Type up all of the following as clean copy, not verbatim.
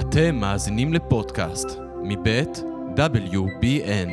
אתם מאזינים לפודקאסט מבית WBN.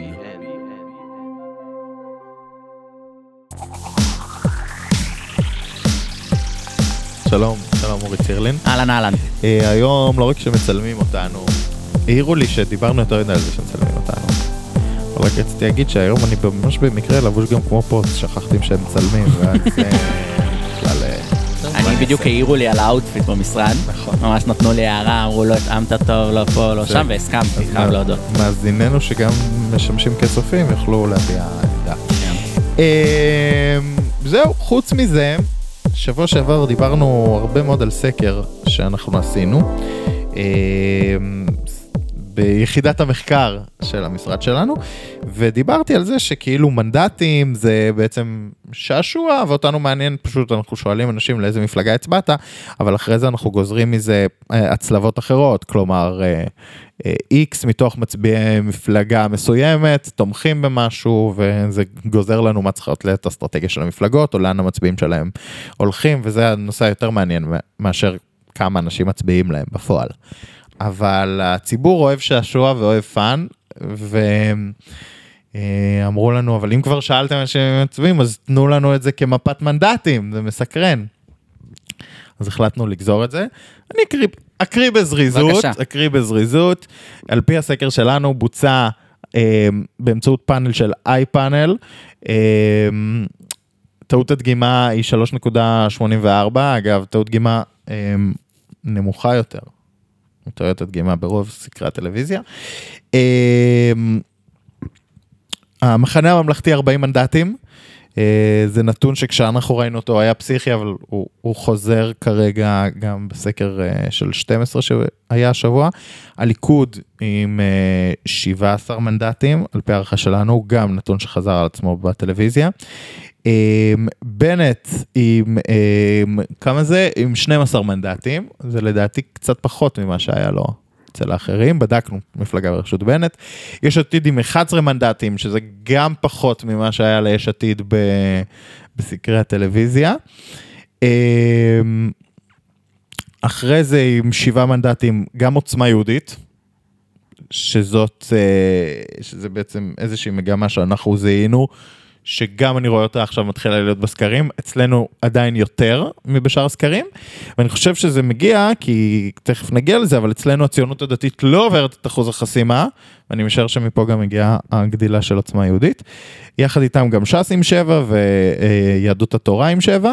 שלום, שלום אורי צירלין. אהלן. היום לא רק שמצלמים אותנו, העירו לי שדיברנו יותר מדי על זה שמצלמים אותנו. אבל רק רציתי להגיד שהיום אני ממש במקרה לבוש גם כמו פה, שכחתי שהם מצלמים, ואז בכלל... אני בדיוק העירו לי על האוטפיט במשרד. נכון. ממש נתנו לי הערה, אמרו לו, התאמת טוב, לא פה, לא שם, והסכמתי, חייב להודות. מאזיננו שגם משמשים כצופים יוכלו להביע עמדה. זהו, חוץ מזה, שבוע שעבר דיברנו הרבה מאוד על סקר שאנחנו עשינו ביחידת המחקר של המשרד שלנו, ודיברתי על זה שכאילו מנדטים זה בעצם שעשוע, ואותנו מעניין, פשוט אנחנו שואלים אנשים לאיזה מפלגה הצבעת, אבל אחרי זה אנחנו גוזרים מזה הצלבות אחרות, כלומר X מתוך מצביעי מפלגה מסוימת, תומכים במשהו, וזה גוזר לנו מה צריכות להיות האסטרטגיה של המפלגות, או לאן המצביעים שלהם הולכים, וזה הנושא היותר מעניין מאשר כמה אנשים מצביעים להם בפועל. אבל הציבור אוהב שעשוע ואוהב פאן, ואמרו לנו, אבל אם כבר שאלתם אנשים מצביעים, אז תנו לנו את זה כמפת מנדטים, זה מסקרן. אז החלטנו לגזור את זה. אני אקריא בזריזות. על פי הסקר שלנו בוצע באמצעות פאנל של iPanel, טעות הדגימה היא 3.84, אגב, טעות דגימה נמוכה יותר. טעויות הדגימה ברוב סקרי הטלוויזיה. המחנה הממלכתי 40 מנדטים, זה נתון שכשאנחנו ראינו אותו היה פסיכי, אבל הוא חוזר כרגע גם בסקר של 12 שהיה השבוע. הליכוד עם 17 מנדטים, על פי הערכה שלנו, גם נתון שחזר על עצמו בטלוויזיה. בנט עם כמה זה? עם 12 מנדטים, זה לדעתי קצת פחות ממה שהיה לו אצל האחרים, בדקנו מפלגה בראשות בנט. יש עתיד עם 11 מנדטים, שזה גם פחות ממה שהיה ליש עתיד בסקרי הטלוויזיה. אחרי זה עם 7 מנדטים, גם עוצמה יהודית, שזה בעצם איזושהי מגמה שאנחנו זיהינו, שגם אני רואה אותה עכשיו מתחילה להיות בסקרים, אצלנו עדיין יותר מבשאר הסקרים, ואני חושב שזה מגיע, כי תכף נגיע לזה, אבל אצלנו הציונות הדתית לא עוברת את אחוז החסימה, ואני משער שמפה גם מגיעה הגדילה של עוצמה יהודית, יחד איתם גם ש"ס עם 7, ויהדות התורה עם 7,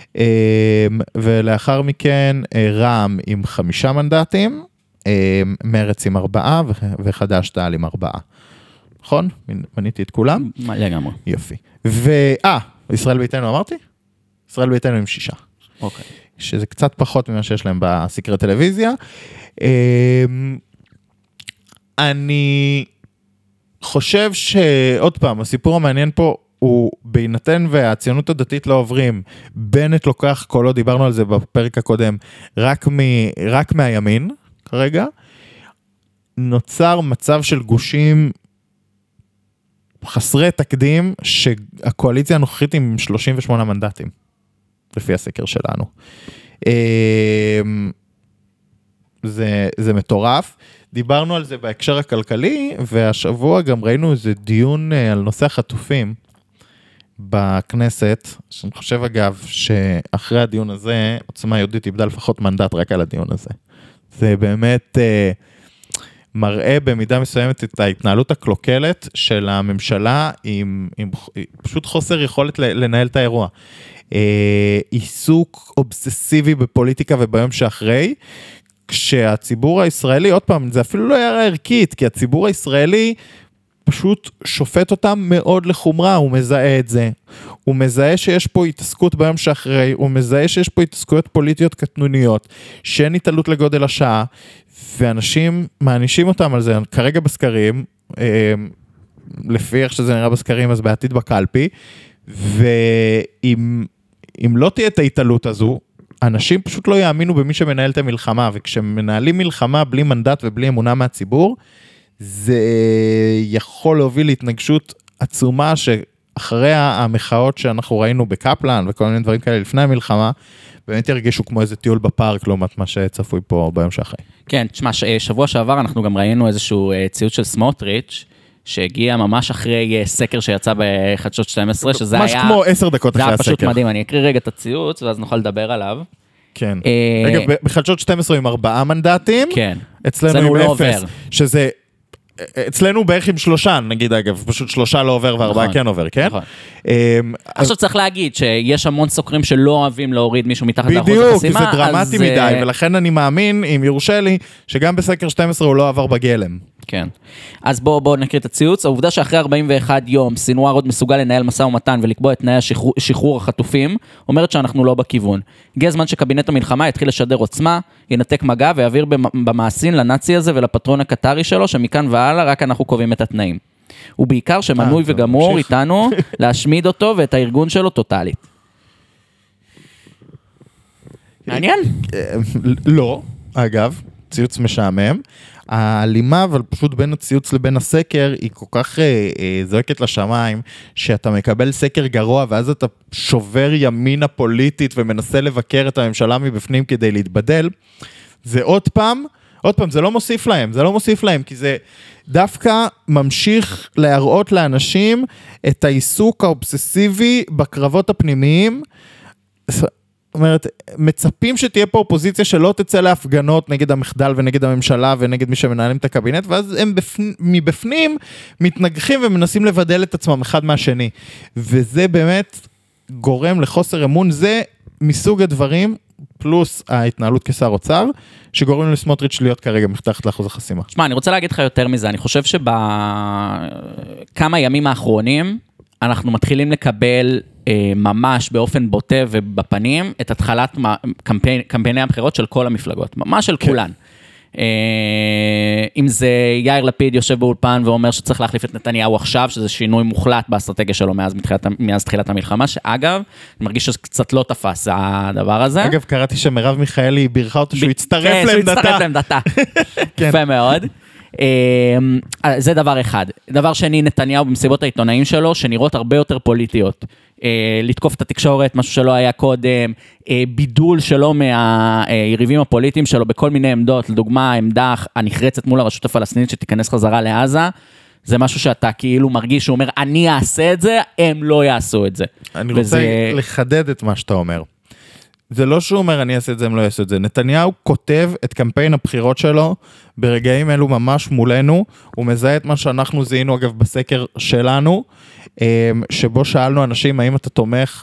ולאחר מכן רע"מ עם 5 מנדטים, מרץ עם 4, וחד"ש תע"ל עם 4. נכון? מניתי את כולם. לגמרי. יופי. ישראל ביתנו אמרתי? ישראל ביתנו עם 6. אוקיי. שזה קצת פחות ממה שיש להם בסקרי טלוויזיה. אני חושב שעוד פעם, הסיפור המעניין פה הוא בהינתן והציונות הדתית לא עוברים, בנט לוקח, כל עוד דיברנו על זה בפרק הקודם, רק מהימין כרגע, נוצר מצב של גושים חסרי תקדים, שהקואליציה הנוכחית עם 38 מנדטים, לפי הסקר שלנו. זה מטורף. דיברנו על זה בהקשר הכלכלי, והשבוע גם ראינו איזה דיון על נושא החטופים בכנסת, שאני חושב אגב, שאחרי הדיון הזה, עוצמה יהודית איבדה לפחות מנדט רק על הדיון הזה. זה באמת... מראה במידה מסוימת את ההתנהלות הקלוקלת של הממשלה עם פשוט חוסר יכולת לנהל את האירוע. עיסוק אובססיבי בפוליטיקה וביום שאחרי, כשהציבור הישראלי, עוד פעם, זה אפילו לא הערה ערכית, כי הציבור הישראלי פשוט שופט אותם מאוד לחומרה, הוא מזהה את זה. הוא מזהה שיש פה התעסקות ביום שאחרי, הוא מזהה שיש פה התעסקויות פוליטיות קטנוניות, שאין התעלות לגודל השעה, ואנשים מענישים אותם על זה, כרגע בסקרים, לפי איך שזה נראה בסקרים, אז בעתיד בקלפי, ואם לא תהיה את ההתעלות הזו, אנשים פשוט לא יאמינו במי שמנהל את המלחמה, וכשמנהלים מלחמה בלי מנדט ובלי אמונה מהציבור, זה יכול להוביל להתנגשות עצומה שאחרי המחאות שאנחנו ראינו בקפלן וכל מיני דברים כאלה לפני המלחמה, באמת ירגישו כמו איזה טיול בפארק, לעומת מה שצפוי פה ביום שאחרי. כן, תשמע, שבוע שעבר אנחנו גם ראינו איזשהו ציוץ של סמוטריץ', שהגיע ממש אחרי סקר שיצא בחדשות 12, שזה היה... ממש כמו 10 דקות אחרי הסקר. זה היה פשוט מדהים, אני אקריא רגע את הציוץ, ואז נוכל לדבר עליו. כן. אגב, בחדשות 12 עם 4 מנדטים, כן. אצלנו עם 0, שזה... אצלנו בערך עם 3, נגיד אגב, פשוט 3 לא עובר ו4 כן עובר, כן? עכשיו צריך להגיד שיש המון סוקרים שלא אוהבים להוריד מישהו מתחת לאחוז החסימה. בדיוק, כי זה דרמטי מדי, ולכן אני מאמין, אם יורשה לי, שגם בסקר 12 הוא לא עבר בגלם. כן. אז בואו נקריא את הציוץ. העובדה שאחרי 41 יום סינואר עוד מסוגל לנהל משא ומתן ולקבוע את תנאי שחרור החטופים, אומרת שאנחנו לא בכיוון. הגיע הזמן שקבינט המלחמה יתחיל לשדר עוצמה, ינתק מגע ויעביר במעשין לנאצי הזה ולפטרון הקטרי שלו, שמכאן והלאה רק אנחנו קובעים את התנאים. ובעיקר שמנוי וגמור איתנו להשמיד אותו ואת הארגון שלו טוטלית. מעניין? לא, אגב, ציוץ משעמם. האלימה, אבל פשוט בין הציוץ לבין הסקר, היא כל כך זועקת לשמיים, שאתה מקבל סקר גרוע, ואז אתה שובר ימינה פוליטית, ומנסה לבקר את הממשלה מבפנים כדי להתבדל. זה עוד פעם, זה לא מוסיף להם, כי זה דווקא ממשיך להראות לאנשים את העיסוק האובססיבי בקרבות הפנימיים. זאת אומרת, מצפים שתהיה פה אופוזיציה שלא תצא להפגנות נגד המחדל ונגד הממשלה ונגד מי שמנהלים את הקבינט, ואז הם מבפנים מתנגחים ומנסים לבדל את עצמם אחד מהשני. וזה באמת גורם לחוסר אמון, זה מסוג הדברים, פלוס ההתנהלות כשר אוצר, שגורמים לסמוטריץ' להיות כרגע מתחת לאחוז החסימה. תשמע, אני רוצה להגיד לך יותר מזה, אני חושב שבכמה ימים האחרונים, אנחנו מתחילים לקבל ממש באופן בוטה ובפנים, את התחלת קמפייני הבחירות של כל המפלגות, ממש של כולן. אם זה יאיר לפיד יושב באולפן ואומר שצריך להחליף את נתניהו עכשיו, שזה שינוי מוחלט באסטרטגיה שלו מאז תחילת המלחמה, שאגב, אני מרגיש שקצת לא תפס הדבר הזה. אגב, קראתי שמרב מיכאלי בירכה אותו שהוא יצטרף לעמדתה. יפה מאוד. זה דבר אחד. דבר שני, נתניהו במסיבות העיתונאים שלו, שנראות הרבה יותר פוליטיות. לתקוף את התקשורת, משהו שלא היה קודם, בידול שלו מהיריבים הפוליטיים שלו בכל מיני עמדות, לדוגמה, העמדה הנחרצת מול הרשות הפלסטינית שתיכנס חזרה לעזה, זה משהו שאתה כאילו מרגיש, שהוא אומר, אני אעשה את זה, הם לא יעשו את זה. אני רוצה לחדד את מה שאתה אומר. זה לא שהוא אומר, אני אעשה את זה, הם לא יעשו את זה. נתניהו כותב את קמפיין הבחירות שלו, ברגעים אלו ממש מולנו, הוא מזהה את מה שאנחנו זיהינו, אגב, בסקר שלנו, שבו שאלנו אנשים, האם אתה תומך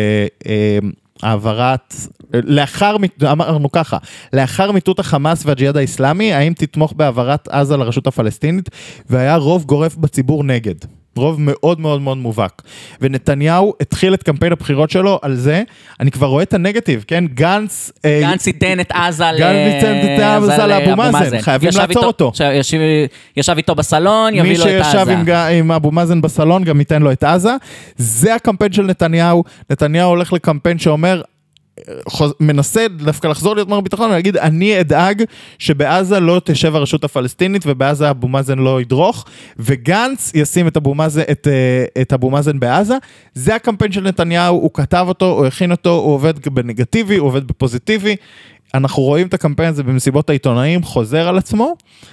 בהעברת, אמרנו ככה, לאחר מיטוט החמאס והג'יהאד האסלאמי, האם תתמוך בהעברת עזה לרשות הפלסטינית, והיה רוב גורף בציבור נגד. רוב מאוד מאוד מאוד מובהק. ונתניהו התחיל את קמפיין הבחירות שלו על זה, אני כבר רואה את הנגטיב, כן? גנץ ייתן את עזה לאבו מאזן, חייבים לעצור אותו. ישב איתו בסלון, יביא לו את עזה. מי שישב עם אבו מאזן בסלון, גם ייתן לו את עזה. זה הקמפיין של נתניהו. נתניהו הולך לקמפיין שאומר, מנסה דווקא לחזור להיות מר ביטחון, ולהגיד, אני אדאג שבעזה לא תשב הרשות הפלסטינית, ובעזה אבו מאזן לא ידרוך, וגנץ ישים את אבו מאזן בעזה. זה הקמפיין של נתניהו, הוא כתב אותו, הוא הכין אותו, הוא עובד בנגטיבי, הוא עובד בפוזיטיבי, אנחנו רואים את הקמפיין הזה במסיבות העיתונאים, חוזר על עצמו,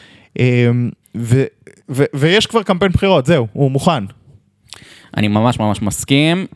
ויש כבר קמפיין בחירות, זהו, הוא מוכן. אני ממש ממש מסכים,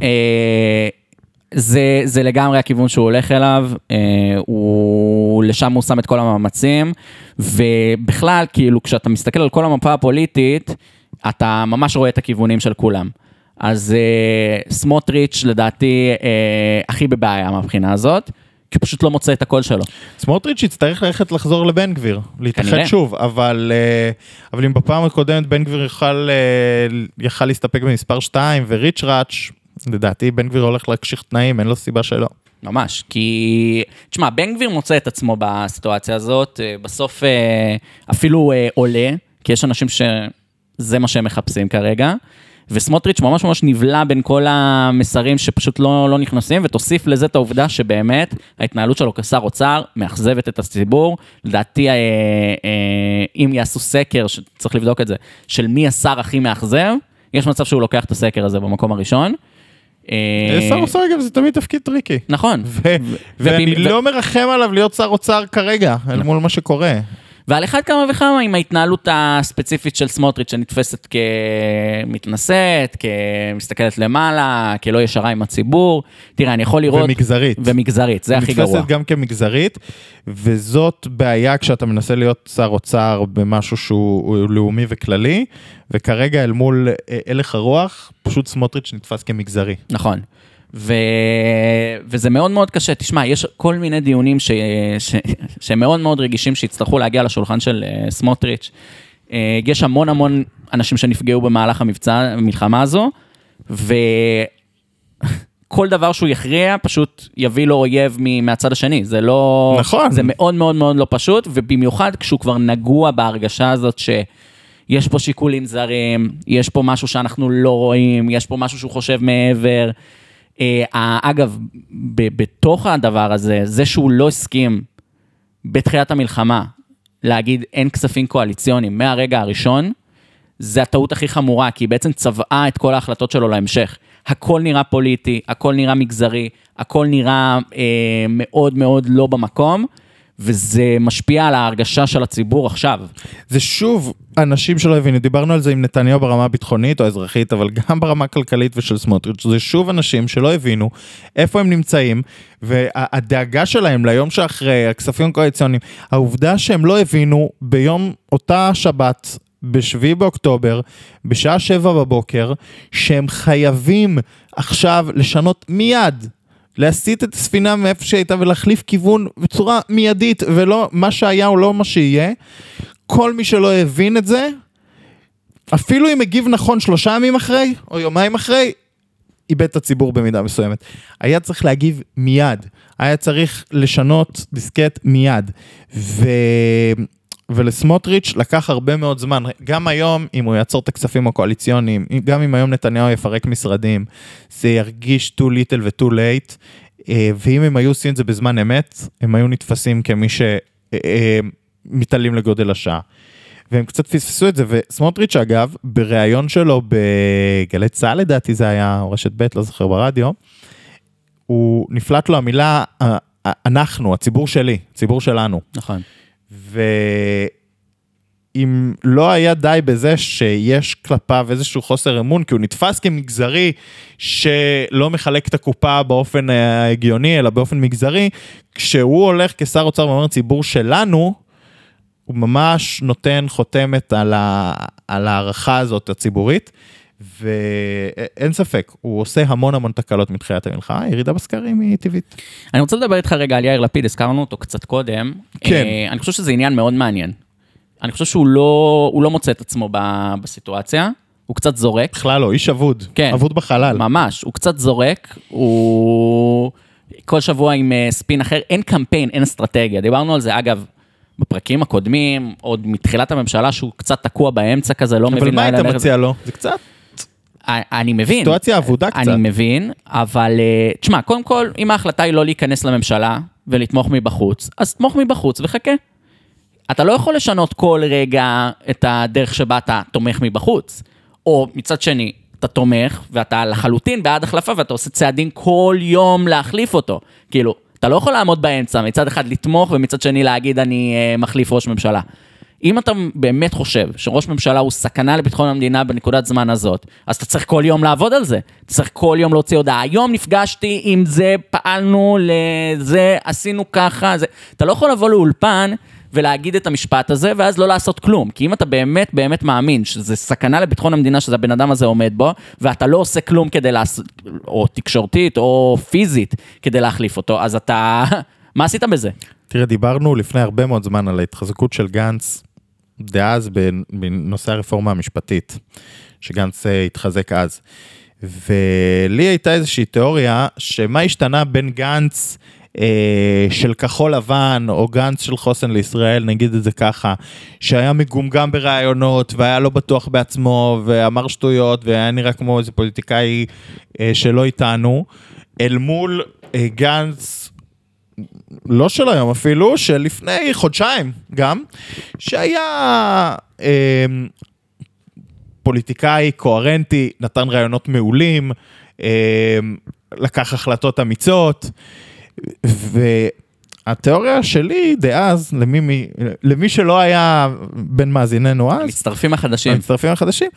זה לגמרי הכיוון שהוא הולך אליו, לשם הוא שם את כל המאמצים, ובכלל, כאילו, כשאתה מסתכל על כל המפה הפוליטית, אתה ממש רואה את הכיוונים של כולם. אז סמוטריץ' לדעתי הכי בבעיה מהבחינה הזאת, כי הוא פשוט לא מוצא את הקול שלו. סמוטריץ' יצטרך ללכת לחזור לבן גביר, להתאחד שוב, אבל אם בפעם הקודמת בן גביר יכל להסתפק במספר 2 וריץ' ראץ', לדעתי בן גביר הולך להקשיך תנאים, אין לו סיבה שלא. ממש, כי, תשמע, בן גביר מוצא את עצמו בסיטואציה הזאת, בסוף אפילו עולה, כי יש אנשים שזה מה שהם מחפשים כרגע, וסמוטריץ' ממש ממש נבלה בין כל המסרים שפשוט לא נכנסים, ותוסיף לזה את העובדה שבאמת ההתנהלות שלו כשר אוצר מאכזבת את הציבור, לדעתי אם יעשו סקר, שצריך לבדוק את זה, של מי השר הכי מאכזב, יש מצב שהוא לוקח את הסקר הזה במקום הראשון, שר אוצר אגב זה תמיד תפקיד טריקי. נכון. ואני לא מרחם עליו להיות שר אוצר כרגע, אל מול מה שקורה. ועל אחד כמה וכמה עם ההתנהלות הספציפית של סמוטריץ' שנתפסת כמתנשאת, כמסתכלת למעלה, כלא ישרה עם הציבור. תראה, אני יכול לראות... ומגזרית, זה הכי גרוע. נתפסת גם כמגזרית, וזאת בעיה כשאתה מנסה להיות שר אוצר במשהו שהוא לאומי וכללי, וכרגע אל מול הלך הרוח, פשוט סמוטריץ' נתפס כמגזרי. נכון. וזה מאוד מאוד קשה. תשמע, יש כל מיני דיונים שהם מאוד מאוד רגישים שהצטרכו להגיע לשולחן של סמוטריץ'. יש המון אנשים שנפגעו במהלך המלחמה הזו, וכל דבר שהוא יכריע פשוט יביא לו אויב מהצד השני. זה לא... נכון. זה מאוד מאוד מאוד לא פשוט, ובמיוחד כשהוא כבר נגוע בהרגשה הזאת שיש פה שיקולים זרים, יש פה משהו שאנחנו לא רואים, יש פה משהו שהוא חושב מעבר. אגב, בתוך הדבר הזה, זה שהוא לא הסכים בתחילת המלחמה להגיד אין כספים קואליציוניים מהרגע הראשון, זה הטעות הכי חמורה, כי היא בעצם צבעה את כל ההחלטות שלו להמשך. הכל נראה פוליטי, הכל נראה מגזרי, הכל נראה מאוד מאוד לא במקום, וזה משפיע על ההרגשה של הציבור עכשיו. זה שוב אנשים שלא הבינו, דיברנו על זה עם נתניהו ברמה הביטחונית או האזרחית, אבל גם ברמה הכלכלית ושל סמוטריץ', זה שוב אנשים שלא הבינו איפה הם נמצאים, והדאגה שלהם ליום שאחרי, הכספים הקואליציוניים, העובדה שהם לא הבינו ביום אותה שבת, ב7 באוקטובר, בשעה 7 בבוקר, שהם חייבים עכשיו לשנות מיד, להסיט את הספינה מאיפה שהייתה ולהחליף כיוון בצורה מיידית, ולא מה שהיה או לא מה שיהיה. כל מי שלא הבין את זה, אפילו אם הגיב נכון 3 ימים אחרי, או יומיים אחרי, איבד את הציבור במידה מסוימת. היה צריך להגיב מיד, היה צריך לשנות דיסקט מיד, ולסמוטריץ' לקח הרבה מאוד זמן, גם היום אם הוא יעצור את הכספים הקואליציוניים, גם אם היום נתניהו יפרק משרדים, זה ירגיש too little ו-too late, ואם הם היו עושים את זה בזמן אמת, הם היו נתפסים כמי שמתעלים לגודל השעה. והם קצת פספסו את זה, וסמוטריץ' אגב, בריאיון שלו בגלי צהל לדעתי זה היה, או רשת ב' לא זוכר ברדיו, הוא נפלט לו המילה, אנחנו, הציבור שלי, הציבור שלנו. נכון. ואם לא היה די בזה שיש כלפיו איזשהו חוסר אמון, כי הוא נתפס כמגזרי שלא מחלק את הקופה באופן הגיוני, אלא באופן מגזרי, כשהוא הולך כשר אוצר ואומר ציבור שלנו, הוא ממש נותן חותמת על הערכה הזאת הציבורית, ואין ספק, הוא עושה המון תקלות מתחילת המלחמה, ירידה בסקרים היא טבעית. אני רוצה לדבר איתך רגע על יאיר לפיד, הזכרנו אותו קצת קודם. כן. אני חושב שזה עניין מאוד מעניין. אני חושב שהוא לא מוצא את עצמו בסיטואציה, הוא קצת זורק. בכלל לא, איש אבוד, כן. אבוד בחלל. ממש, הוא קצת זורק, הוא כל שבוע עם ספין אחר, אין קמפיין, אין אסטרטגיה. דיברנו על זה, אגב, בפרקים הקודמים, עוד מתחילת הממשלה, שהוא קצת תקוע באמצע כזה, לא מבין... אבל מה היית מציע לו? זה קצת... אני מבין. סיטואציה עבודה קצת. אני מבין, אבל תשמע, קודם כל, אם ההחלטה היא לא להיכנס לממשלה ולתמוך מבחוץ, אז תמוך מבחוץ וחכה. אתה לא יכול לשנות כל רגע את הדרך שבה אתה תומך מבחוץ. או מצד שני, אתה תומך ואתה לחלוטין בעד החלפה ואתה עושה צעדים כל יום להחליף אותו. כאילו, אתה לא יכול לעמוד באמצע, מצד אחד לתמוך ומצד שני להגיד אני מחליף ראש ממשלה. אם אתה באמת חושב שראש ממשלה הוא סכנה לביטחון המדינה בנקודת זמן הזאת, אז אתה צריך כל יום לעבוד על זה. אתה צריך כל יום להוציא הודעה. היום נפגשתי עם זה, פעלנו לזה, עשינו ככה. זה. אתה לא יכול לבוא לאולפן ולהגיד את המשפט הזה, ואז לא לעשות כלום. כי אם אתה באמת באמת מאמין שזה סכנה לביטחון המדינה שזה הבן אדם הזה עומד בו, ואתה לא עושה כלום כדי לעשות, או תקשורתית או פיזית כדי להחליף אותו, אז אתה... מה עשית בזה? תראה, דיברנו לפני הרבה מאוד זמן על ההתחזקות של גנץ, דאז בנושא הרפורמה המשפטית, שגנץ התחזק אז. ולי הייתה איזושהי תיאוריה, שמה השתנה בין גנץ של כחול לבן, או גנץ של חוסן לישראל, נגיד את זה ככה, שהיה מגומגם ברעיונות, והיה לא בטוח בעצמו, ואמר שטויות, והיה נראה כמו איזה פוליטיקאי שלא איתנו, אל מול גנץ, לא של היום אפילו, שלפני חודשיים גם, שהיה פוליטיקאי קוהרנטי, נתן רעיונות מעולים, לקח החלטות אמיצות, והתיאוריה שלי דאז, למי שלא היה בין מאזיננו אז, המצטרפים החדשים,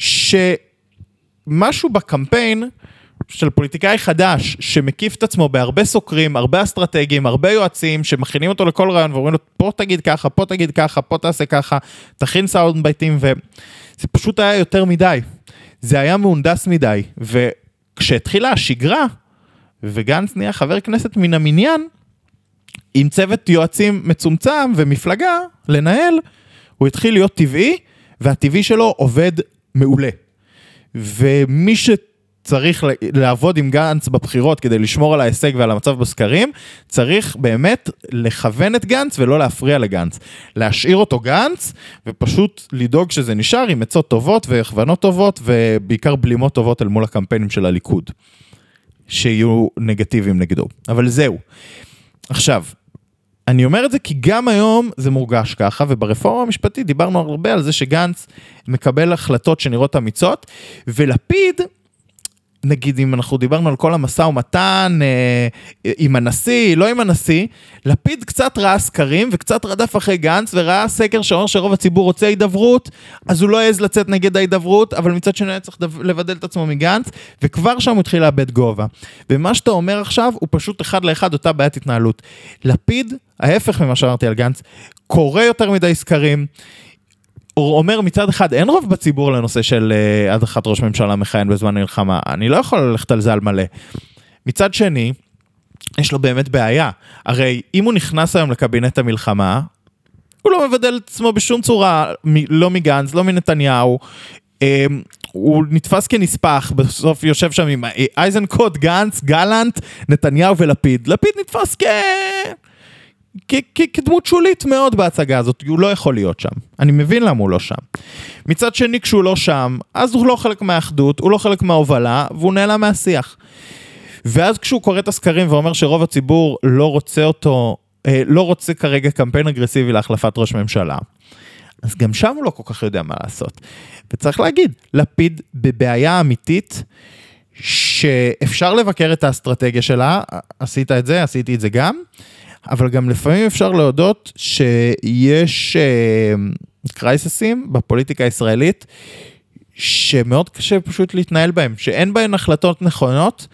שמשהו בקמפיין של פוליטיקאי חדש, שמקיף את עצמו בהרבה סוקרים, הרבה אסטרטגיים, הרבה יועצים, שמכינים אותו לכל רעיון, ואומרים לו, פה תגיד ככה, פה תגיד ככה, פה תעשה ככה, תכין סאונד בייטים, וזה פשוט היה יותר מדי. זה היה מהונדס מדי, וכשהתחילה השגרה, וגנץ נהיה חבר כנסת מן המניין, עם צוות יועצים מצומצם ומפלגה לנהל, הוא התחיל להיות טבעי, והטבעי שלו עובד מעולה. ומי שצריך לעבוד עם גנץ בבחירות כדי לשמור על ההישג ועל המצב בסקרים, צריך באמת לכוון את גנץ ולא להפריע לגנץ. להשאיר אותו גנץ, ופשוט לדאוג שזה נשאר עם עצות טובות והכוונות טובות, ובעיקר בלימות טובות אל מול הקמפיינים של הליכוד, שיהיו נגטיביים נגדו. אבל זהו. עכשיו, אני אומר את זה כי גם היום זה מורגש ככה, וברפורמה המשפטית דיברנו הרבה על זה שגנץ מקבל החלטות שנראות אמיצות, ולפיד, נגיד אם אנחנו דיברנו על כל המשא ומתן, עם הנשיא, לא עם הנשיא, לפיד קצת ראה סקרים וקצת רדף אחרי גנץ, וראה סקר שאומר שרוב הציבור רוצה הידברות, אז הוא לא יעז לצאת נגד ההידברות, אבל מצד שני צריך לבדל את עצמו מגנץ, וכבר שם הוא התחיל לאבד גובה. ומה שאתה אומר עכשיו, הוא פשוט אחד לאחד אותה בעיית התנהלות. לפיד, ההפך ממה שאמרתי על גנץ, קורא יותר מדי סקרים, הוא אומר מצד אחד, אין רוב בציבור לנושא של הדחת ראש ממשלה מכהן בזמן מלחמה, אני לא יכול ללכת על זה על מלא. מצד שני, יש לו באמת בעיה, הרי אם הוא נכנס היום לקבינט המלחמה, הוא לא מבדל את עצמו בשום צורה, לא מגנץ, לא מנתניהו, הוא נתפס כנספח, בסוף יושב שם עם אייזנקוט, גנץ, גלנט, נתניהו ולפיד, לפיד נתפס כדמות שולית מאוד בהצגה הזאת, הוא לא יכול להיות שם. אני מבין למה הוא לא שם. מצד שני, כשהוא לא שם, אז הוא לא חלק מהאחדות, הוא לא חלק מההובלה, והוא נעלם מהשיח. ואז כשהוא קורא את הסקרים ואומר שרוב הציבור לא רוצה אותו, לא רוצה כרגע קמפיין אגרסיבי להחלפת ראש ממשלה, אז גם שם הוא לא כל כך יודע מה לעשות. וצריך להגיד, לפיד בבעיה אמיתית, שאפשר לבקר את האסטרטגיה שלה, עשית את זה, עשיתי את זה גם, אבל גם לפעמים אפשר להודות שיש קרייססים בפוליטיקה הישראלית, שמאוד קשה פשוט להתנהל בהם, שאין בהן החלטות נכונות,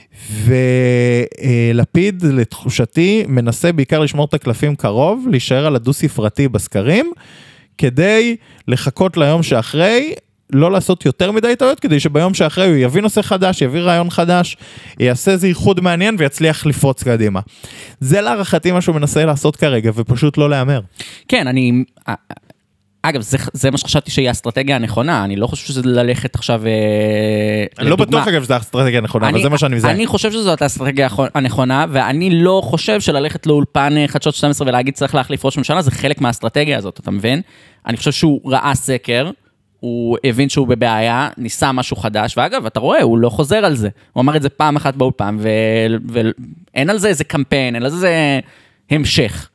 ולפיד לתחושתי מנסה בעיקר לשמור את הקלפים קרוב, להישאר על הדו ספרתי בסקרים, כדי לחכות ליום שאחרי, לא לעשות יותר מדי טעויות, כדי שביום שאחרי הוא יביא נושא חדש, יביא רעיון חדש, יעשה איזה ייחוד מעניין ויצליח לפרוץ קדימה. זה להערכתי מה שהוא מנסה לעשות כרגע, ופשוט לא לאמר. כן, אגב, זה מה שחשבתי שהיא האסטרטגיה הנכונה, אני לא חושב שזה ללכת עכשיו אני לא בטוח אגב שזה האסטרטגיה הנכונה, אבל זה מה שאני מזהה. אני חושב שזאת האסטרטגיה הנכונה, ואני לא חושב שללכת לאולפן חדשות 12 ולהגיד צריך להחליף ראש ממשלה, זה חלק מהאסטרטגיה הזאת, אתה מבין? אני חושב שהוא ראה סקר, הוא הבין שהוא בבעיה, ניסה משהו חדש, ואגב, אתה רואה, הוא לא חוזר על זה. הוא אמר את זה פעם אחת באולפן, ואין על זה איזה קמפיין, אין על זה המשך.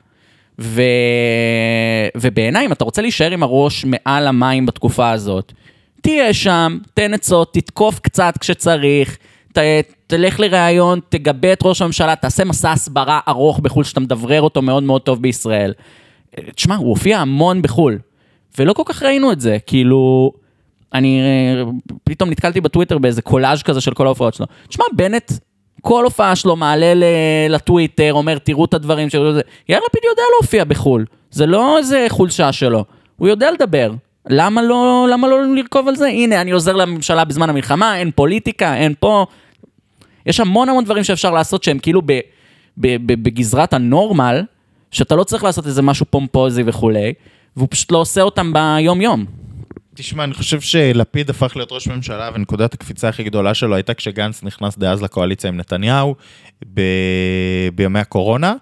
ובעיניי, אם אתה רוצה להישאר עם הראש מעל המים בתקופה הזאת, תהיה שם, תן עצות, תתקוף קצת כשצריך, תלך לראיון, תגבה את ראש הממשלה, תעשה מסע הסברה ארוך בחול, שאתה מדברר אותו מאוד מאוד טוב בישראל. תשמע, הוא הופיע המון בחול. ולא כל כך ראינו את זה, כאילו, אני פתאום נתקלתי בטוויטר באיזה קולאז' כזה של כל ההופעות שלו. תשמע, בנט, כל הופעה שלו מעלה לטוויטר, אומר, תראו את הדברים שלו, יאיר לפיד יודע להופיע בחול, זה לא איזה חולשה שלו, הוא יודע לדבר, למה לא לרכוב על זה? הנה, אני עוזר לממשלה בזמן המלחמה, אין פוליטיקה, אין פה, יש המון דברים שאפשר לעשות שהם כאילו בגזרת הנורמל, שאתה לא צריך לעשות איזה משהו פומפוזי וכולי, והוא פשוט לא עושה אותם ביום-יום. תשמע, אני חושב שלפיד הפך להיות ראש ממשלה, ונקודת הקפיצה הכי גדולה שלו הייתה כשגנץ נכנס דאז לקואליציה עם נתניהו, בימי הקורונה.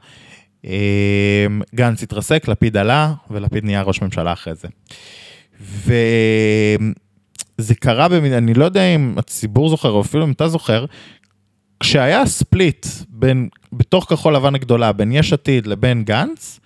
גנץ התרסק, לפיד עלה, ולפיד נהיה ראש ממשלה אחרי זה. וזה קרה, אני לא יודע אם הציבור זוכר, או אפילו אם אתה זוכר, כשהיה ספליט בתוך כחול לבן הגדולה, בין יש עתיד לבין גנץ,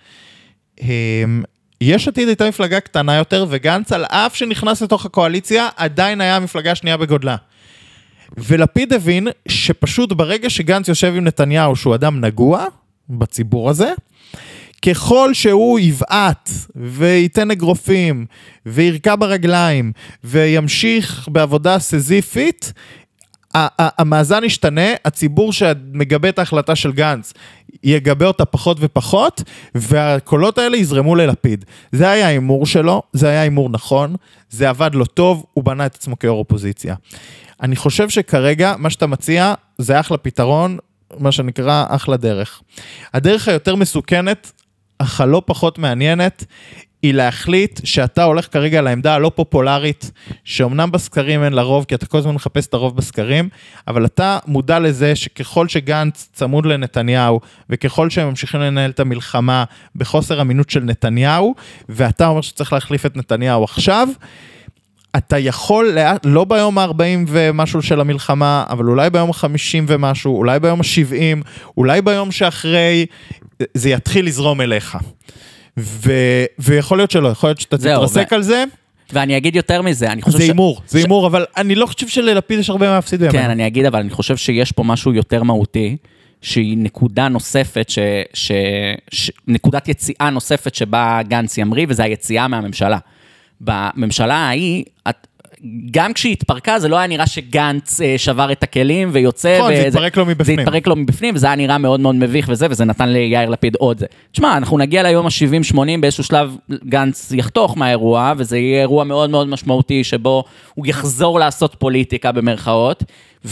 יש עתיד הייתה מפלגה קטנה יותר, וגנץ על אף שנכנס לתוך הקואליציה, עדיין היה המפלגה השנייה בגודלה. ולפיד הבין שפשוט ברגע שגנץ יושב עם נתניהו, שהוא אדם נגוע בציבור הזה, ככל שהוא יבעט וייתן אגרופים וירקע ברגליים וימשיך בעבודה סזיפית, המאזן ישתנה, הציבור שמגבה את ההחלטה של גנץ יגבה אותה פחות ופחות, והקולות האלה יזרמו ללפיד. זה היה האימור שלו, זה היה אימור נכון, זה עבד לו טוב, הוא בנה את עצמו כיו"ר אופוזיציה. אני חושב שכרגע מה שאתה מציע זה אחלה פתרון, מה שנקרא אחלה דרך. הדרך היותר מסוכנת, אך הלא פחות מעניינת, היא להחליט שאתה הולך כרגע לעמדה הלא פופולרית, שאומנם בסקרים אין לרוב, כי אתה כל הזמן מחפש את הרוב בסקרים, אבל אתה מודע לזה שככל שגנץ צמוד לנתניהו, וככל שהם ממשיכים לנהל את המלחמה בחוסר אמינות של נתניהו, ואתה אומר שצריך להחליף את נתניהו עכשיו, אתה יכול, לא ביום ה-40 ומשהו של המלחמה, אבל אולי ביום ה-50 ומשהו, אולי ביום ה-70, אולי ביום שאחרי, זה יתחיל לזרום אליך. ויכול להיות שלא, יכול להיות שאתה תתרסק על זה. ואני אגיד יותר מזה, זה אימור, אבל אני לא חושב שללפיד יש הרבה מהפסיד בימינו. כן, אני אגיד, אבל אני חושב שיש פה משהו יותר מהותי, שהיא נקודה נוספת, נקודת יציאה נוספת שבה גנץ ימריא, וזה היציאה מהממשלה. בממשלה ההיא, גם כשהיא התפרקה, זה לא היה נראה שגנץ שבר את הכלים ויוצא. נכון, זה התפרק לו מבפנים. זה התפרק לו מבפנים, וזה היה נראה מאוד מאוד מביך וזה נתן ליאיר לפיד עוד זה. תשמע, אנחנו נגיע ליום ה-70-80, באיזשהו שלב גנץ יחתוך מהאירוע, וזה יהיה אירוע מאוד מאוד משמעותי, שבו הוא יחזור לעשות פוליטיקה במרכאות,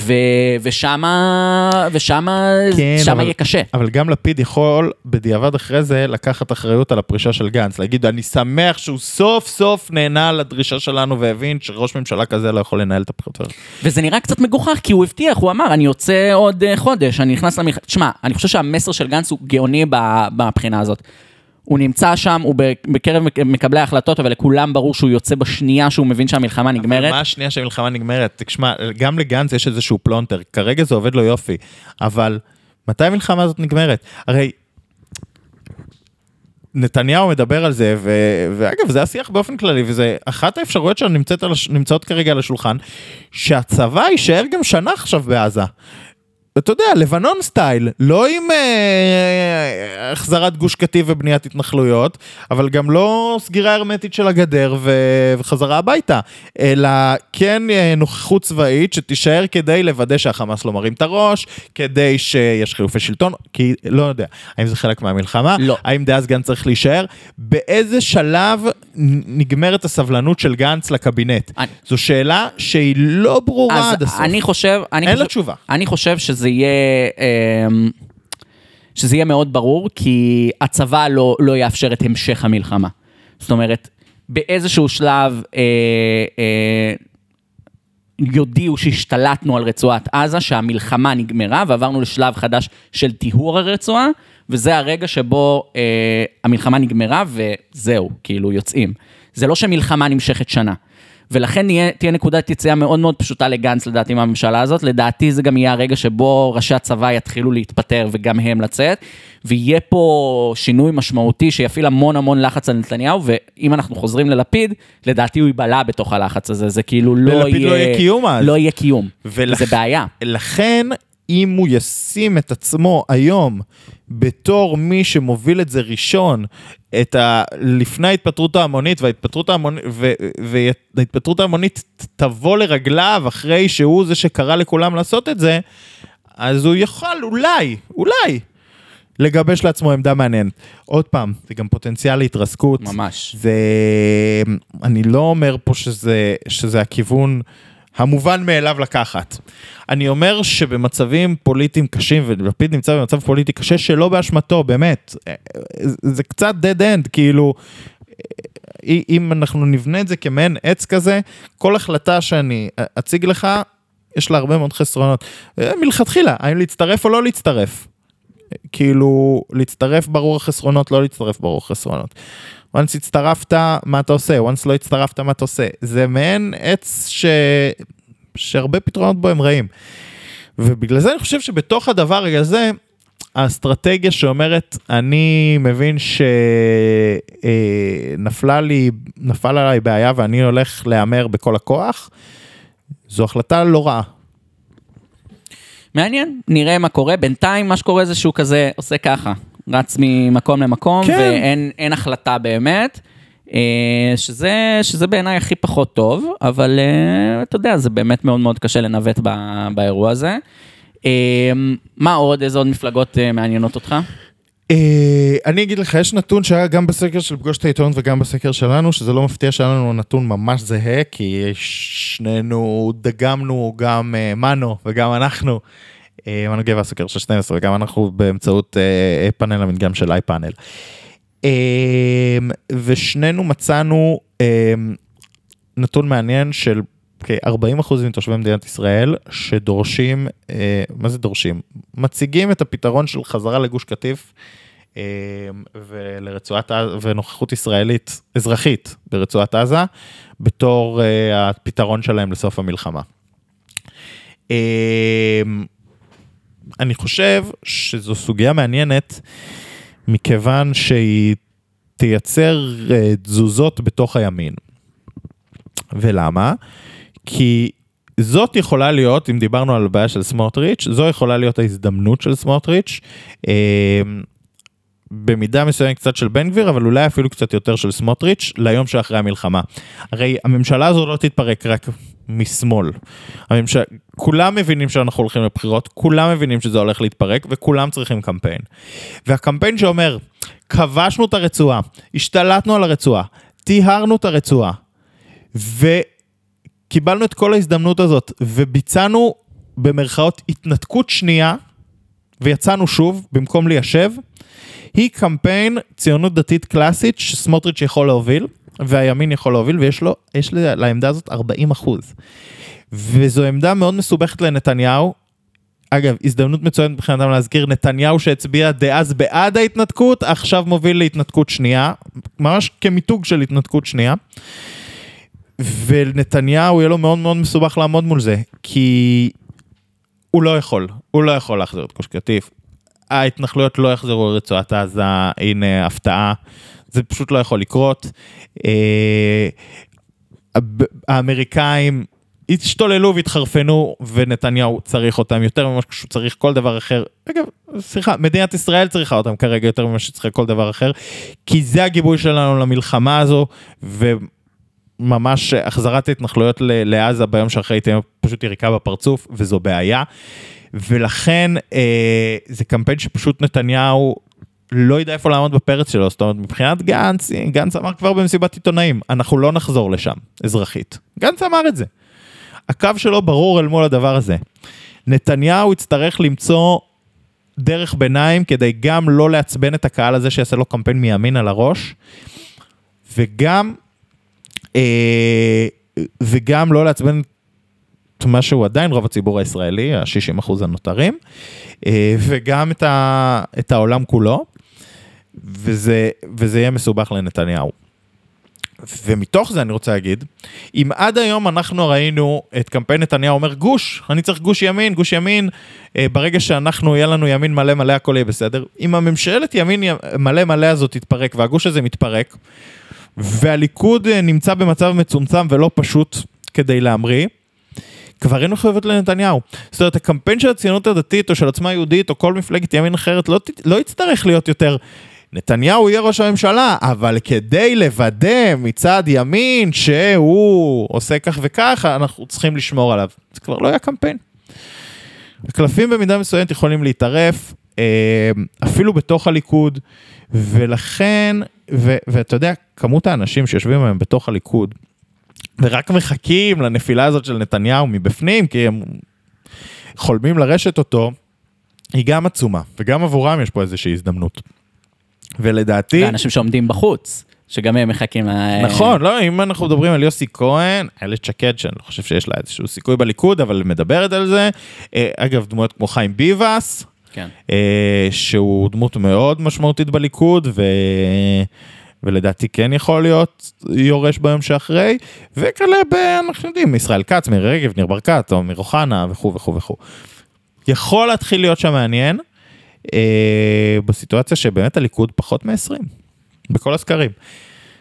ושמה יהיה קשה. אבל גם לפיד יכול בדיעבד אחרי זה לקחת אחריות על הפרישה של גנץ, להגיד, אני שמח שהוא סוף סוף נהנה לדרישה שלנו והבין שראש ממשלה כזה לא יכול לנהל את הבחירות. וזה נראה קצת מגוחך, כי הוא הבטיח, הוא אמר, אני יוצא עוד חודש, אני נכנס למלחמה. תשמע, אני חושב שהמסר של גנץ הוא גאוני בבחינה הזאת. הוא נמצא שם, הוא בקרב מקבלי ההחלטות, אבל לכולם ברור שהוא יוצא בשנייה שהוא מבין שהמלחמה נגמרת. מה השנייה שהמלחמה נגמרת? תשמע, גם לגנץ יש איזשהו פלונטר, כרגע זה עובד לו יופי, אבל מתי המלחמה הזאת נגמרת? הרי נתניהו מדבר על זה, ואגב, זה השיח באופן כללי, וזה אחת האפשרויות שנמצאות כרגע על השולחן, שהצבא יישאר גם שנה עכשיו בעזה. אתה יודע, לבנון סטייל, לא עם החזרת גוש קטיף ובניית התנחלויות, אבל גם לא סגירה הרמטית של הגדר וחזרה הביתה, אלא כן נוכחות צבאית שתישאר כדי לוודא שהחמאס לא מרים את הראש, כדי שיש חילופי שלטון, כי לא יודע, האם זה חלק מהמלחמה? לא. האם דאז גנץ צריך להישאר? באיזה שלב נגמרת הסבלנות של גנץ לקבינט? זו שאלה שהיא לא ברורה עד הסוף. אין לה תשובה. אני חושב שזה יהיה מאוד ברור, כי הצבא לא יאפשר את המשך המלחמה. זאת אומרת, באיזשהו שלב יודיעו שהשתלטנו על רצועת עזה, שהמלחמה נגמרה, ועברנו לשלב חדש של טיהור הרצועה, וזה הרגע שבו המלחמה נגמרה, וזהו, כאילו יוצאים. זה לא שמלחמה נמשכת שנה. ולכן תהיה נקודת יציאה מאוד מאוד פשוטה לגנץ, לדעתי, מהממשלה הזאת. לדעתי זה גם יהיה הרגע שבו ראשי הצבא יתחילו להתפטר וגם הם לצאת, ויהיה פה שינוי משמעותי שיפעיל המון המון לחץ על נתניהו, ואם אנחנו חוזרים ללפיד, לדעתי הוא ייבלע בתוך הלחץ הזה, זה כאילו לא יהיה קיום אז. לא יהיה קיום, וזה בעיה. לכן, אם הוא ישים את עצמו היום בתור מי שמוביל את זה ראשון, לפני ההתפטרות ההמונית, וההתפטרות ההמונית תבוא לרגליו אחרי שהוא זה שקרא לכולם לעשות את זה, אז הוא יכול אולי לגבש לעצמו עמדה מעניינת. עוד פעם, זה גם פוטנציאל להתרסקות. ממש. אני לא אומר פה שזה הכיוון המובן מאליו לקחת. אני אומר שבמצבים פוליטיים קשים, ולפיד נמצא במצב פוליטי קשה שלא באשמתו, באמת. זה קצת dead end, כאילו, אם אנחנו נבנה את זה כמעין עץ כזה, כל החלטה שאני אציג לך, יש לה הרבה מאוד חסרונות. מלכתחילה, האם להצטרף או לא להצטרף? כאילו, להצטרף ברור החסרונות, לא להצטרף ברור החסרונות. once הצטרפת, מה אתה עושה? once לא הצטרפת, מה אתה עושה? זה מעין עץ שהרבה פתרונות בו הם רעים. ובגלל זה אני חושב שבתוך הדבר הזה, האסטרטגיה שאומרת, אני מבין נפל עליי בעיה ואני הולך להיאמר בכל הכוח, זו החלטה לא רעה. מעניין, נראה מה קורה. בינתיים מה שקורה זה שהוא כזה עושה ככה, רץ ממקום למקום, כן. ואין החלטה באמת, שזה בעיניי הכי פחות טוב, אבל אתה יודע, זה באמת מאוד מאוד קשה לנווט באירוע הזה. מה עוד, איזה עוד מפלגות מעניינות אותך? אני אגיד לך, יש נתון שהיה גם בסקר של פגוש את העיתון וגם בסקר שלנו, שזה לא מפתיע שלנו נתון ממש זהה, כי שנינו דגמנו גם מנו וגם אנחנו, מנו גבע הסקר של 12 וגם אנחנו באמצעות פאנל המדגם של iPanel. ושנינו מצאנו נתון מעניין של כ-40% מתושבי מדינת ישראל שדורשים, מה זה דורשים? מציגים את הפתרון של חזרה לגוש קטיף ולרצועת עזה, ונוכחות ישראלית אזרחית ברצועת עזה, בתור הפתרון שלהם לסוף המלחמה. אני חושב שזו סוגיה מעניינת, מכיוון שהיא תייצר תזוזות בתוך הימין. ולמה? כי זאת יכולה להיות, אם דיברנו על הבעיה של סמוטריץ', זו יכולה להיות ההזדמנות של סמוטריץ', במידה מסוימת קצת של בן גביר, אבל אולי אפילו קצת יותר של סמוטריץ', ליום שאחרי המלחמה. הרי הממשלה הזו לא תתפרק רק משמאל. כולם מבינים שאנחנו הולכים לבחירות, כולם מבינים שזה הולך להתפרק, וכולם צריכים קמפיין. והקמפיין שאומר, כבשנו את הרצועה, השתלטנו על הרצועה, טיהרנו את הרצועה, קיבלנו את כל ההזדמנות הזאת, וביצענו במרכאות התנתקות שנייה, ויצאנו שוב, במקום ליישב, היא קמפיין ציונות דתית קלאסית, שסמוטריץ' יכול להוביל, והימין יכול להוביל, ויש לעמדה הזאת 40%. וזו עמדה מאוד מסובכת לנתניהו, אגב, הזדמנות מצוינת מבחינתם להזכיר, נתניהו שהצביע דאז בעד ההתנתקות, עכשיו מוביל להתנתקות שנייה, ממש כמיתוג של התנתקות שנייה, ונתניהו יהיה לו מאוד מאוד מסובך לעמוד מול זה, כי הוא לא יכול להחזיר את גוש קטיף, ההתנחלויות לא יחזרו לרצועת עזה, הנה הפתעה, זה פשוט לא יכול לקרות, האמריקאים השתוללו והתחרפנו, ונתניהו צריך אותם יותר ממה שהוא צריך כל דבר אחר, אגב, סליחה, מדינת ישראל צריכה אותם כרגע יותר ממה שצריכה כל דבר אחר, כי זה הגיבוי שלנו למלחמה הזו, ממש החזרת ההתנחלויות לעזה ביום שאחרי תהיה פשוט יריקה בפרצוף, וזו בעיה, ולכן זה קמפיין שפשוט נתניהו לא ידע איפה לעמוד בפרץ שלו, זאת אומרת, מבחינת גנץ אמר כבר במסיבת עיתונאים, אנחנו לא נחזור לשם, אזרחית. גנץ אמר את זה. הקו שלו ברור אל מול הדבר הזה. נתניהו יצטרך למצוא דרך ביניים, כדי גם לא לעצבן את הקהל הזה, שיעשה לו קמפיין מימין על הראש, וגם לא לעצבן את מה שהוא עדיין רוב הציבור הישראלי, ה-60% הנותרים, וגם את העולם כולו, וזה יהיה מסובך לנתניהו. ומתוך זה אני רוצה להגיד, אם עד היום אנחנו ראינו את קמפיין נתניהו אומר גוש, אני צריך גוש ימין, ברגע שאנחנו יהיה לנו ימין מלא מלא הכל יהיה בסדר, אם הממשלת ימין מלא מלא הזאת תתפרק, והגוש הזה מתפרק, והליכוד נמצא במצב מצומצם ולא פשוט כדי להמריא, כבר אין מחויבות לנתניהו. זאת אומרת, הקמפיין של הציונות הדתית או של עצמה יהודית או כל מפלגת ימין אחרת לא יצטרך להיות יותר נתניהו יהיה ראש הממשלה, אבל כדי לוודא מצד ימין שהוא עושה כך וכך, אנחנו צריכים לשמור עליו. זה כבר לא היה קמפיין. הקלפים במידה מסוימת יכולים להתערף, אפילו בתוך הליכוד, ולכן, ואתה יודע, כמות האנשים שיושבים היום בתוך הליכוד, ורק מחכים לנפילה הזאת של נתניהו מבפנים, כי הם חולמים לרשת אותו, היא גם עצומה, וגם עבורם יש פה איזושהי הזדמנות. ולדעתי... ואנשים שעומדים בחוץ, שגם הם מחכים... נכון, לא, אם אנחנו מדברים על יוסי כהן, איילת שקד, שאני לא חושב שיש לה איזשהו סיכוי בליכוד, אבל מדברת על זה, אגב, דמויות כמו חיים ביבס, כן. שהוא דמות מאוד משמעותית בליכוד, ולדעתי כן יכול להיות יורש ביום שאחרי, וכאלה אנחנו יודעים, ישראל כץ, מירי רגב, ניר ברקת, או אמיר אוחנה, וכו' וכו' וכו'. יכול להתחיל להיות שם מעניין, בסיטואציה שבאמת הליכוד פחות מ-20, בכל הסקרים.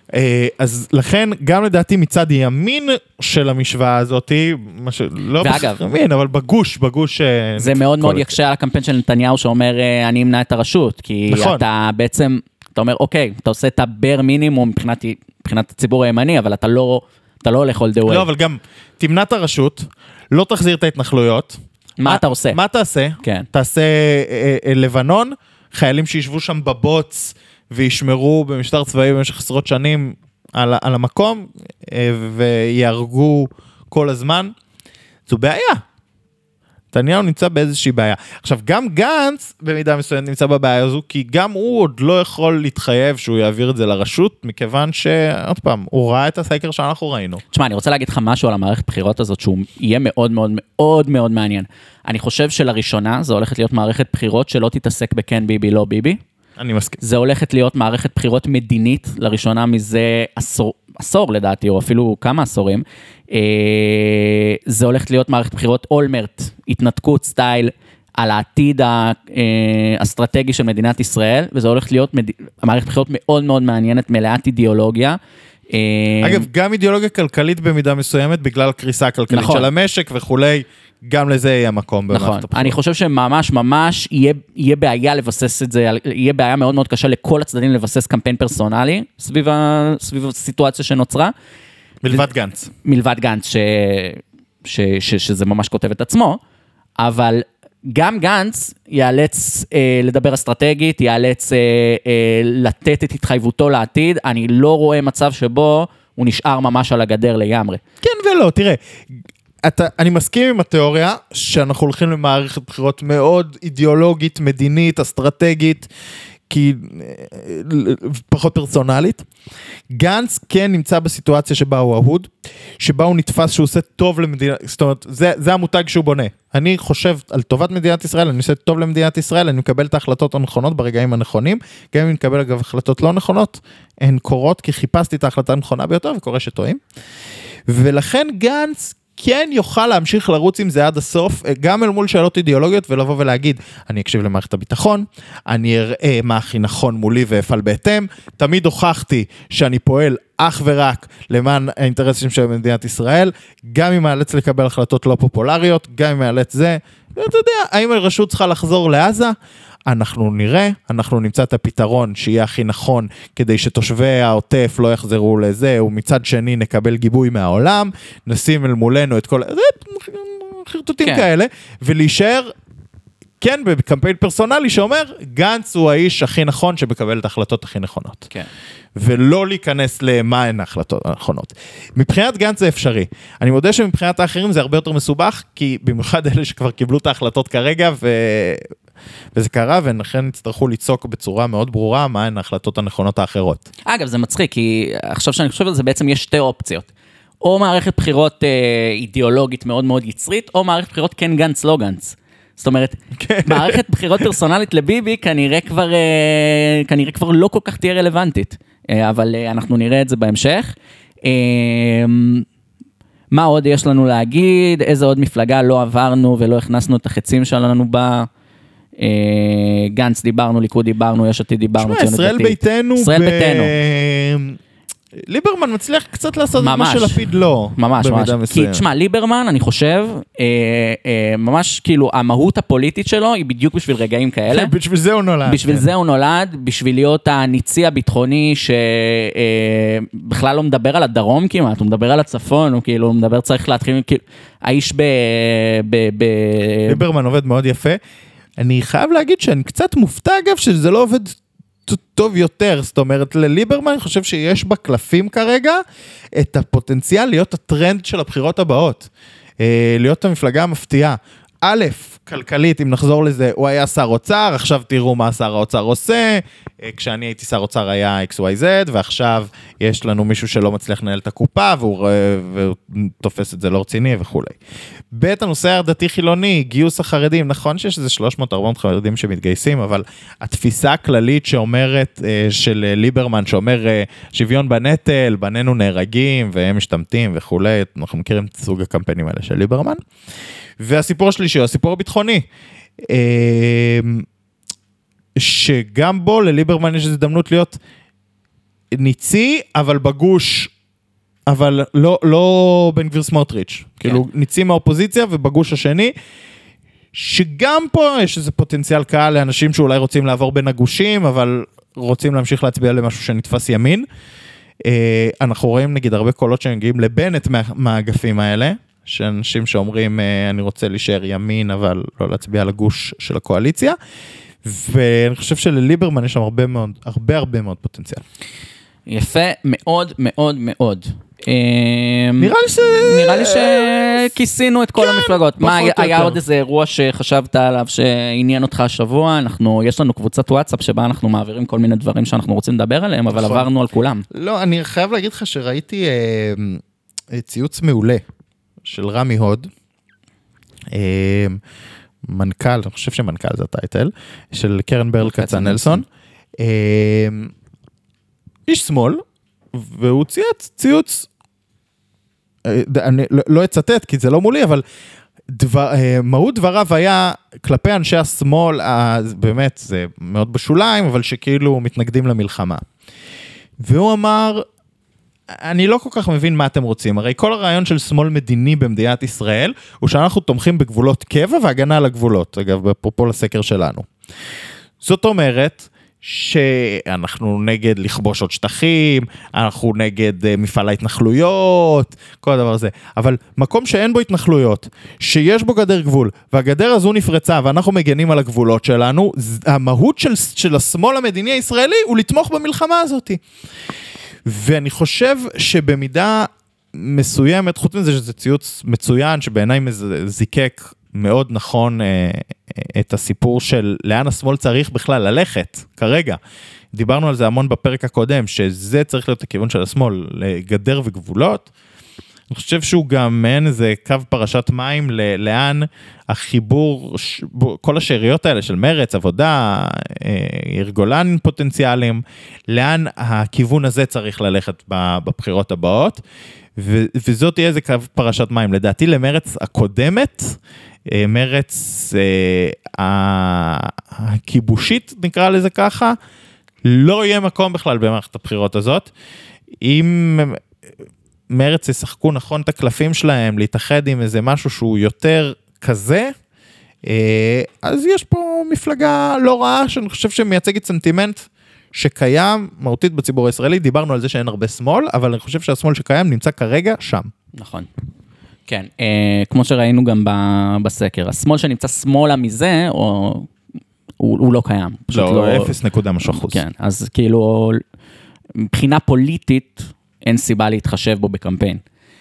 אז לכן, גם לדעתי מצד ימין של המשוואה הזאת, לא ואגב, ימין, אבל בגוש. זה מאוד מאוד יקשה על הקמפיין של נתניהו שאומר, אני אמנע את הרשות, כי נכון. אתה בעצם, אתה אומר, אוקיי, אתה עושה את הבר מינימום מבחינת הציבור הימני, אבל אתה לא הולך all the way. לא, אבל גם תמנע את הרשות, לא תחזיר את ההתנחלויות. מה אתה עושה? מה תעשה? כן. תעשה לבנון, חיילים שישבו שם בבוץ, וישמרו במשטר צבאי במשך עשרות שנים על המקום, ויהרגו כל הזמן. זו בעיה. נתניהו נמצא באיזושהי בעיה. עכשיו, גם גנץ במידה מסוימת נמצא בבעיה הזו, כי גם הוא עוד לא יכול להתחייב שהוא יעביר את זה לרשות, מכיוון שעוד פעם, הוא ראה את הסקר שאנחנו ראינו. תשמע, אני רוצה להגיד לך משהו על המערכת בחירות הזאת, שהוא יהיה מאוד מאוד מאוד מאוד מעניין. אני חושב שלראשונה, זו הולכת להיות מערכת בחירות שלא תתעסק בכן ביבי, לא ביבי. אני מסכים. זה הולכת להיות מערכת בחירות מדינית, לראשונה מזה עשור לדעתי, או אפילו כמה עשורים. זה הולכת להיות מערכת בחירות אולמרט, התנתקות סטייל, על העתיד האסטרטגי של מדינת ישראל, וזה הולך להיות מערכת בחירות מאוד מאוד מעניינת, מלאת אידיאולוגיה. אגב, גם אידיאולוגיה כלכלית במידה מסוימת, בגלל קריסה הכלכלית נכון. של המשק וכולי, גם לזה יהיה מקום במערכת נכון, הבחירות. אני חושב שממש ממש יהיה בעיה לבסס את זה, יהיה בעיה מאוד מאוד קשה לכל הצדדים לבסס קמפיין פרסונלי, סביב הסיטואציה שנוצרה. מלבד גנץ. מלבד גנץ, שזה ממש כותב את עצמו, אבל גם גנץ יאלץ לדבר אסטרטגית, יאלץ לתת את התחייבותו לעתיד, אני לא רואה מצב שבו הוא נשאר ממש על הגדר לגמרי. כן ולא, תראה, אני מסכים עם התיאוריה שאנחנו הולכים למערכת בחירות מאוד אידיאולוגית, מדינית, אסטרטגית, כי פחות פרסונלית. גנץ כן נמצא בסיטואציה שבה הוא אהוד, שבה הוא נתפס שהוא עושה טוב למדינה, זאת אומרת, זה המותג שהוא בונה. אני חושב על טובת מדינת ישראל, אני עושה טוב למדינת ישראל, אני מקבל את ההחלטות הנכונות ברגעים הנכונים, גם אם אני מקבל אגב החלטות לא נכונות, הן קורות כי חיפשתי את ההחלטה הנכונה ביותר, וקורה שטועים. ולכן גנץ כן יוכל להמשיך לרוץ עם זה עד הסוף, גם אל מול שאלות אידיאולוגיות, ולבוא ולהגיד, אני אקשיב למערכת הביטחון, אני אראה מה הכי נכון מולי ואפעל בהתאם, תמיד הוכחתי שאני פועל אך ורק למען האינטרסים של מדינת ישראל, גם אם מאלץ לקבל החלטות לא פופולריות, גם אם מאלץ זה, אתה יודע, האם הרשות צריכה לחזור לעזה? אנחנו נראה, אנחנו נמצא את הפתרון שיהיה הכי נכון, כדי שתושבי העוטף לא יחזרו לזה, ומצד שני נקבל גיבוי מהעולם, נשים אל מולנו את כל, חרטוטים כן. כאלה, ולהישאר, כן, בקמפיין פרסונלי שאומר, גנץ הוא האיש הכי נכון שמקבל את ההחלטות הכי נכונות. כן. ולא להיכנס למה הן ההחלטות הנכונות. מבחינת גנץ זה אפשרי. אני מודה שמבחינת האחרים זה הרבה יותר מסובך, כי במיוחד אלה שכבר קיבלו את ההחלטות כרגע, וזה קרה, ולכן יצטרכו ליצוק בצורה מאוד ברורה, מה הן ההחלטות הנכונות האחרות. אגב, זה מצחיק, כי עכשיו שאני חושב על זה, בעצם יש שתי אופציות. או מערכת בחירות אידיאולוגית מאוד מאוד יצרית, או מערכת בחירות כן גנץ, לא גנץ. זאת אומרת, מערכת בחירות פרסונלית לביבי כנראה כבר לא כל כך תהיה רלוונטית, אבל אנחנו נראה את זה בהמשך. מה עוד יש לנו להגיד? איזה עוד מפלגה לא עברנו ולא הכנסנו את החצים שלנו בה? גנץ דיברנו, ליכוד דיברנו, יש עתיד דיברנו, ישראל ביתנו. ליברמן מצליח קצת לעשות את מה שלפיד לא. ממש, ממש. כי תשמע, ליברמן, אני חושב, ממש כאילו, המהות הפוליטית שלו היא בדיוק בשביל רגעים כאלה. בשביל זה הוא נולד. בשביל זה הוא נולד, בשביל להיות הניצי הביטחוני שבכלל לא מדבר על הדרום כמעט, הוא מדבר על הצפון, הוא כאילו מדבר, צריך להתחיל, האיש ליברמן עובד מאוד יפה. אני חייב להגיד שאני קצת מופתע אגב שזה לא עובד טוב יותר, זאת אומרת לליברמן אני חושב שיש בקלפים כרגע את הפוטנציאל להיות הטרנד של הבחירות הבאות, להיות המפלגה המפתיעה. א', כלכלית, אם נחזור לזה, הוא היה שר אוצר, עכשיו תראו מה שר האוצר עושה, כשאני הייתי שר אוצר היה XYZ, ועכשיו יש לנו מישהו שלא מצליח לנהל את הקופה, והוא תופס את זה לא רציני וכו'. ב', הנושא הדתי חילוני, גיוס החרדים, נכון שיש איזה 300-400 חרדים שמתגייסים, אבל התפיסה הכללית שאומרת, של ליברמן, שאומר שוויון בנטל, בנינו נהרגים, והם משתמטים וכו', אנחנו מכירים את סוג הקמפיינים האלה של ליברמן. והסיפור השלישי, הסיפור הביטחוני, שגם בו לליברמן יש הזדמנות להיות ניצי, אבל בגוש, אבל לא בן גביר סמוטריץ'. כאילו, ניצי מהאופוזיציה ובגוש השני, שגם פה יש איזה פוטנציאל קהל לאנשים שאולי רוצים לעבור בין הגושים, אבל רוצים להמשיך להצביע למשהו שנתפס ימין. אנחנו רואים נגיד הרבה קולות שמגיעים לבנט מהאגפים האלה, שאנשים שאומרים אני רוצה להישאר ימין, אבל לא להצביע לגוש של הקואליציה, ואני חושב שלליברמן יש שם הרבה מאוד פוטנציאל. יפה מאוד מאוד מאוד. נראה לי שכיסינו את כל המפלגות. מה, היה עוד איזה אירוע שחשבת עליו שעניין אותך השבוע? יש לנו קבוצת וואטסאפ שבה אנחנו מעבירים כל מיני דברים שאנחנו רוצים לדבר עליהם, אבל עברנו על כולם. לא, אני חייב להגיד לך שראיתי ציוץ מעולה של רמי הוד, מנכ"ל, אני חושב שמנכ"ל זה הטייטל, של קרן ברל כצנלסון, איש שמאל, והוא ציוץ, אני לא אצטט כי זה לא מולי, אבל מהות דבריו היה כלפי אנשי השמאל, באמת זה מאוד בשוליים, אבל שכאילו מתנגדים למלחמה. והוא אמר, אני לא כל כך מבין מה אתם רוצים, הרי כל הרעיון של שמאל מדיני במדינת ישראל, הוא שאנחנו תומכים בגבולות קבע והגנה על הגבולות, אגב, אפרופו לסקר שלנו. זאת אומרת, שאנחנו נגד לכבוש עוד שטחים, אנחנו נגד מפעל ההתנחלויות, כל הדבר הזה. אבל מקום שאין בו התנחלויות, שיש בו גדר גבול, והגדר הזו נפרצה, ואנחנו מגנים על הגבולות שלנו, המהות של השמאל המדיני הישראלי, הוא לתמוך במלחמה הזאת. ואני חושב שבמידה מסוימת, חוץ מזה שזה ציוץ מצוין, שבעיניי זיקק מאוד נכון את הסיפור של לאן השמאל צריך בכלל ללכת, כרגע. דיברנו על זה המון בפרק הקודם, שזה צריך להיות הכיוון של השמאל, לגדר וגבולות. אני חושב שהוא גם מעין איזה קו פרשת מים לאן החיבור, כל השאריות האלה של מרץ, עבודה, ארגולן פוטנציאליים, לאן הכיוון הזה צריך ללכת בבחירות הבאות, וזאת תהיה איזה קו פרשת מים. לדעתי למרץ הקודמת, מרץ הכיבושית, נקרא לזה ככה, לא יהיה מקום בכלל במערכת הבחירות הזאת. אם מרץ ישחקו נכון את הקלפים שלהם, להתאחד עם איזה משהו שהוא יותר כזה, אז יש פה מפלגה לא רעה, שאני חושב שמייצגת סנטימנט שקיים מהותית בציבור הישראלי. דיברנו על זה שאין הרבה שמאל, אבל אני חושב שהשמאל שקיים נמצא כרגע שם. נכון. כן, כמו שראינו גם בסקר, השמאל שנמצא שמאלה מזה, הוא לא קיים. לא, 0.1%. כן, אז כאילו, מבחינה פוליטית, אין סיבה להתחשב בו בקמפיין.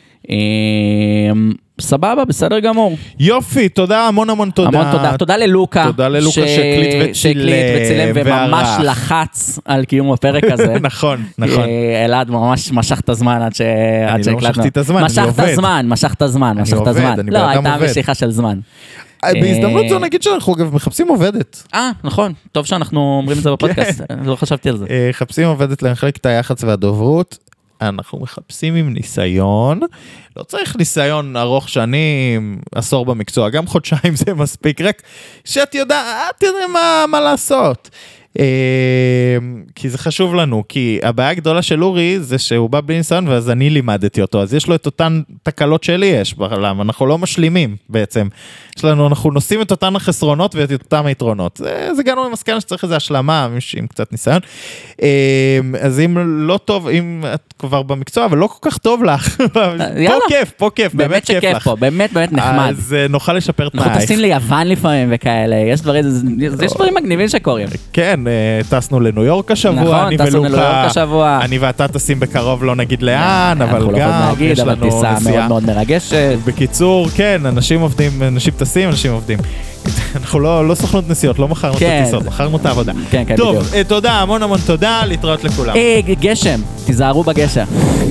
סבבה, בסדר גמור. יופי, תודה, המון תודה. המון תודה. תודה ללוקה. תודה ללוקה שקליט וצילם וממש לחץ על קיום הפרק הזה. נכון. אלעד ממש משך את הזמן עד שהקלטנו. אני לא משכתי את הזמן, אני עובד. משך את הזמן. אני לא, הייתה משיכה של זמן. בהזדמנות זו נגיד שאנחנו מחפשים עובדת. נכון, טוב שאנחנו אומרים את זה בפודקאסט, לא חשבתי על זה. מחפשים עובדת למחלקת היח"צ והדוברות, אנחנו מחפשים עם ניסיון, לא צריך ניסיון ארוך שנים, עשור במקצוע, גם חודשיים זה מספיק, רק שאת יודעת מה לעשות. כי זה חשוב לנו, כי הבעיה הגדולה של אורי זה שהוא בא בלי ניסיון, ואז אני לימדתי אותו, אז יש לו את אותן תקלות שלי יש, למה? אנחנו לא משלימים בעצם, אנחנו נושאים את אותן החסרונות ואת אותם היתרונות, זה גם למסקנה שצריך איזו השלמה, עם קצת ניסיון, אז אם לא טוב, אם את כבר במקצוע, אבל לא כל כך טוב לך, פה כיף, באמת כיף לך. באמת נחמד. אז נוכל לשפר תנאי. אנחנו טסים ליוון לפעמים וכאלה, יש דברים מגניבים שקורים. כן, טסנו לניו יורק השבוע, אני ולוקה, אני ואתה טסים בקרוב, לא נגיד לאן, אבל גם יש לנו נסיעה. אבל טיסה מאוד מאוד מרגשת. בקיצור, כן, אנשים עובדים, אנשים טסים, אנשים עובדים. אנחנו לא סוכנות נסיעות, לא מכרנו את הטיסות, מכרנו את העבודה. כן, טוב, תודה, המון תודה, להתראות לכולם. גשם, תיזהרו בגשם.